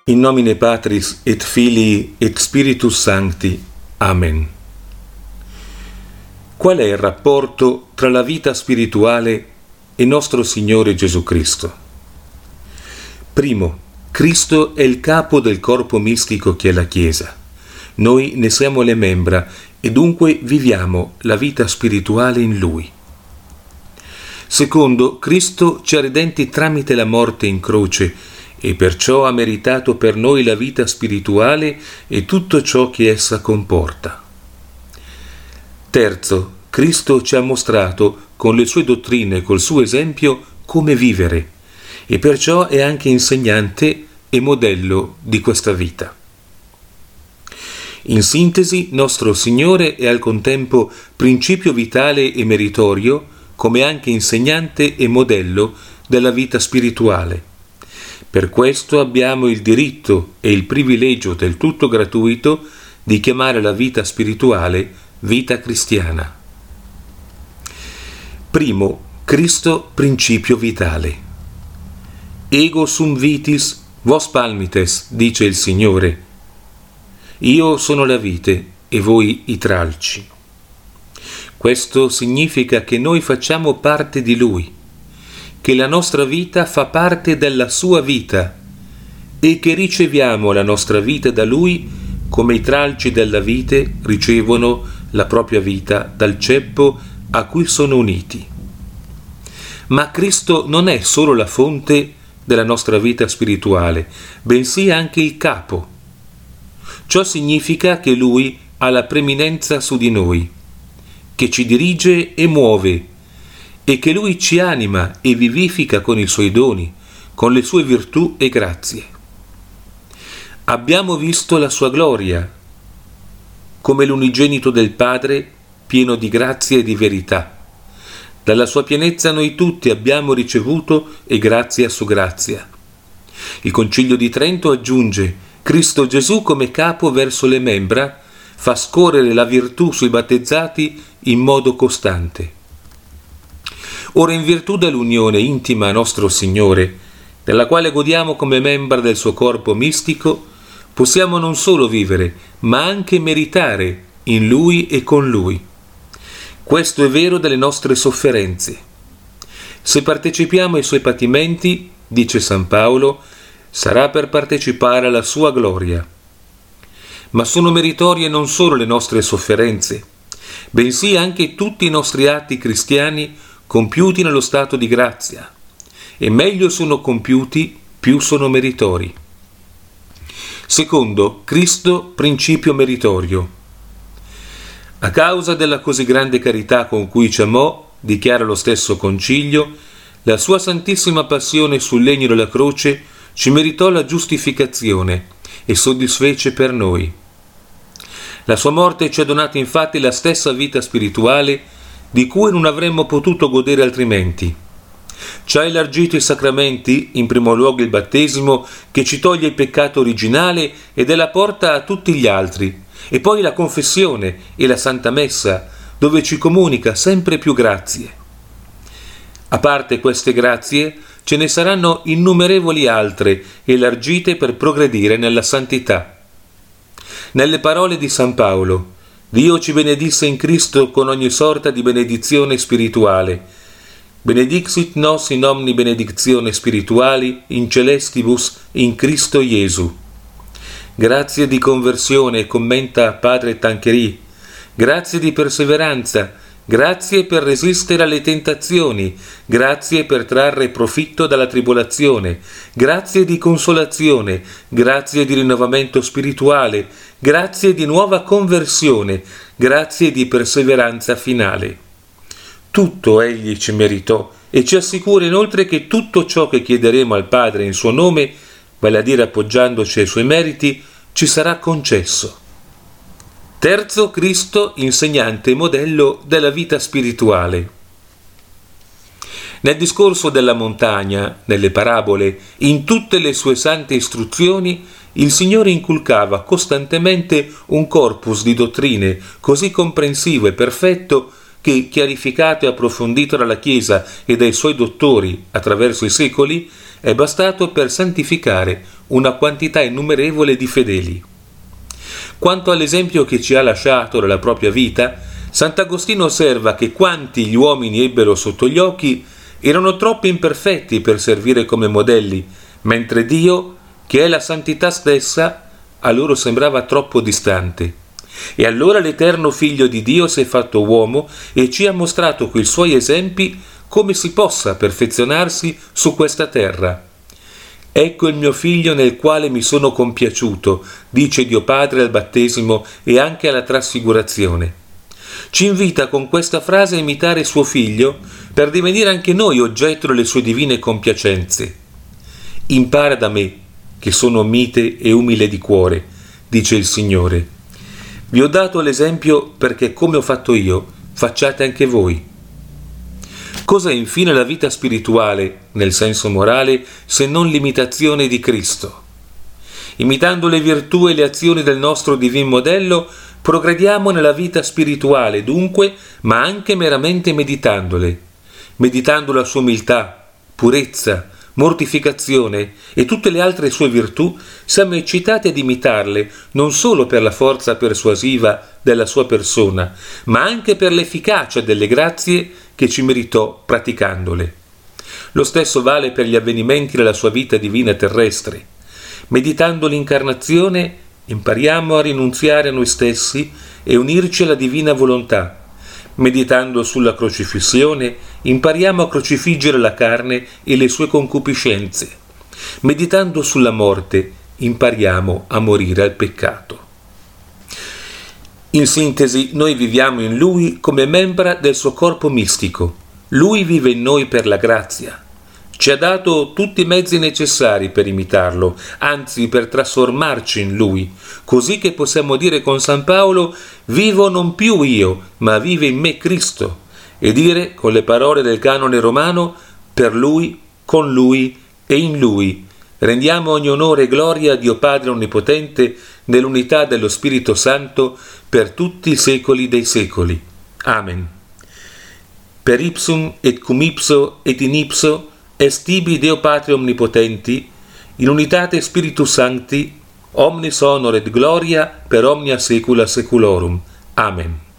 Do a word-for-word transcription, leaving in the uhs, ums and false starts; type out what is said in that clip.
In nomine Patris et Filii et Spiritus Sancti. Amen. Qual è il rapporto tra la vita spirituale e nostro Signore Gesù Cristo? Primo, Cristo è il capo del corpo mistico che è la Chiesa. Noi ne siamo le membra e dunque viviamo la vita spirituale in Lui. Secondo, Cristo ci ha redenti tramite la morte in croce e perciò ha meritato per noi la vita spirituale e tutto ciò che essa comporta. Terzo, Cristo ci ha mostrato con le sue dottrine e col suo esempio come vivere e perciò è anche insegnante e modello di questa vita. In sintesi, nostro Signore è al contempo principio vitale e meritorio, come anche insegnante e modello della vita spirituale. Per questo abbiamo il diritto e il privilegio del tutto gratuito di chiamare la vita spirituale vita cristiana. Primo, Cristo principio vitale. Ego sum vitis vos palmites, dice il Signore. Io sono la vite e voi i tralci. Questo significa che noi facciamo parte di Lui, che la nostra vita fa parte della sua vita e che riceviamo la nostra vita da Lui come i tralci della vite ricevono la propria vita dal ceppo a cui sono uniti. Ma Cristo non è solo la fonte della nostra vita spirituale, bensì anche il capo. Ciò significa che Lui ha la preminenza su di noi, che ci dirige e muove, e che Lui ci anima e vivifica con i Suoi doni, con le Sue virtù e grazie. Abbiamo visto la Sua gloria, come l'unigenito del Padre, pieno di grazia e di verità. Dalla Sua pienezza noi tutti abbiamo ricevuto e grazia su grazia. Il Concilio di Trento aggiunge: Cristo Gesù come capo verso le membra fa scorrere la virtù sui battezzati in modo costante. Ora, in virtù dell'unione intima a nostro Signore, della quale godiamo come membra del suo corpo mistico, possiamo non solo vivere, ma anche meritare in Lui e con Lui. Questo è vero delle nostre sofferenze. Se partecipiamo ai Suoi patimenti, dice San Paolo, sarà per partecipare alla sua gloria. Ma sono meritorie non solo le nostre sofferenze, bensì anche tutti i nostri atti cristiani compiuti nello stato di grazia, e meglio sono compiuti, più sono meritori. Secondo, Cristo principio meritorio. A causa della così grande carità con cui ci amò, dichiara lo stesso Concilio, la sua santissima passione sul legno della croce ci meritò la giustificazione e soddisfece per noi. La sua morte ci ha donato infatti la stessa vita spirituale di cui non avremmo potuto godere altrimenti. Ci ha elargito i sacramenti, in primo luogo il battesimo, che ci toglie il peccato originale ed è la porta a tutti gli altri, e poi la confessione e la Santa Messa, dove ci comunica sempre più grazie. A parte queste grazie, ce ne saranno innumerevoli altre, elargite per progredire nella santità. Nelle parole di San Paolo, Dio ci benedisse in Cristo con ogni sorta di benedizione spirituale. Benedixit nos in omni benedictione spirituali in celestibus in Cristo Gesù. Grazie di conversione, commenta Padre Tanqueray. Grazie di perseveranza. Grazie per resistere alle tentazioni, grazie per trarre profitto dalla tribolazione, grazie di consolazione, grazie di rinnovamento spirituale, grazie di nuova conversione, grazie di perseveranza finale. Tutto Egli ci meritò e ci assicura inoltre che tutto ciò che chiederemo al Padre in suo nome, vale a dire appoggiandoci ai suoi meriti, ci sarà concesso. Terzo, Cristo, insegnante e modello della vita spirituale. Nel discorso della montagna, nelle parabole, in tutte le sue sante istruzioni, il Signore inculcava costantemente un corpus di dottrine così comprensivo e perfetto che, chiarificato e approfondito dalla Chiesa e dai suoi dottori attraverso i secoli, è bastato per santificare una quantità innumerevole di fedeli. Quanto all'esempio che ci ha lasciato della propria vita, Sant'Agostino osserva che quanti gli uomini ebbero sotto gli occhi erano troppo imperfetti per servire come modelli, mentre Dio, che è la santità stessa, a loro sembrava troppo distante. E allora l'eterno Figlio di Dio si è fatto uomo e ci ha mostrato coi suoi esempi come si possa perfezionarsi su questa terra. Ecco il mio Figlio nel quale mi sono compiaciuto, dice Dio Padre al battesimo e anche alla trasfigurazione. Ci invita con questa frase a imitare suo Figlio per divenire anche noi oggetto delle sue divine compiacenze. Impara da me, che sono mite e umile di cuore, dice il Signore. Vi ho dato l'esempio perché, come ho fatto io, facciate anche voi. Cos'è infine la vita spirituale, nel senso morale, se non l'imitazione di Cristo? Imitando le virtù e le azioni del nostro divin modello, progrediamo nella vita spirituale, dunque, ma anche meramente meditandole, meditando la sua umiltà, purezza, mortificazione e tutte le altre sue virtù, siamo eccitati ad imitarle non solo per la forza persuasiva della sua persona, ma anche per l'efficacia delle grazie che ci meritò praticandole. Lo stesso vale per gli avvenimenti della sua vita divina terrestre. Meditando l'incarnazione, impariamo a rinunziare a noi stessi e unirci alla divina volontà. Meditando sulla crocifissione, impariamo a crocifiggere la carne e le sue concupiscenze. Meditando sulla morte, impariamo a morire al peccato. In sintesi, noi viviamo in Lui come membra del suo corpo mistico. Lui vive in noi per la grazia. Ci ha dato tutti i mezzi necessari per imitarlo, anzi per trasformarci in Lui, così che possiamo dire con San Paolo: vivo non più io, ma vive in me Cristo, e dire con le parole del canone romano: per Lui, con Lui e in Lui. Rendiamo ogni onore e gloria a Dio Padre Onnipotente, nell'unità dello Spirito Santo, per tutti i secoli dei secoli. Amen. Per ipsum et cum ipso et in ipso est tibi Deo Patria Omnipotenti, in unitate Spiritus Sancti, omnis honor et gloria per omnia saecula saeculorum. Amen.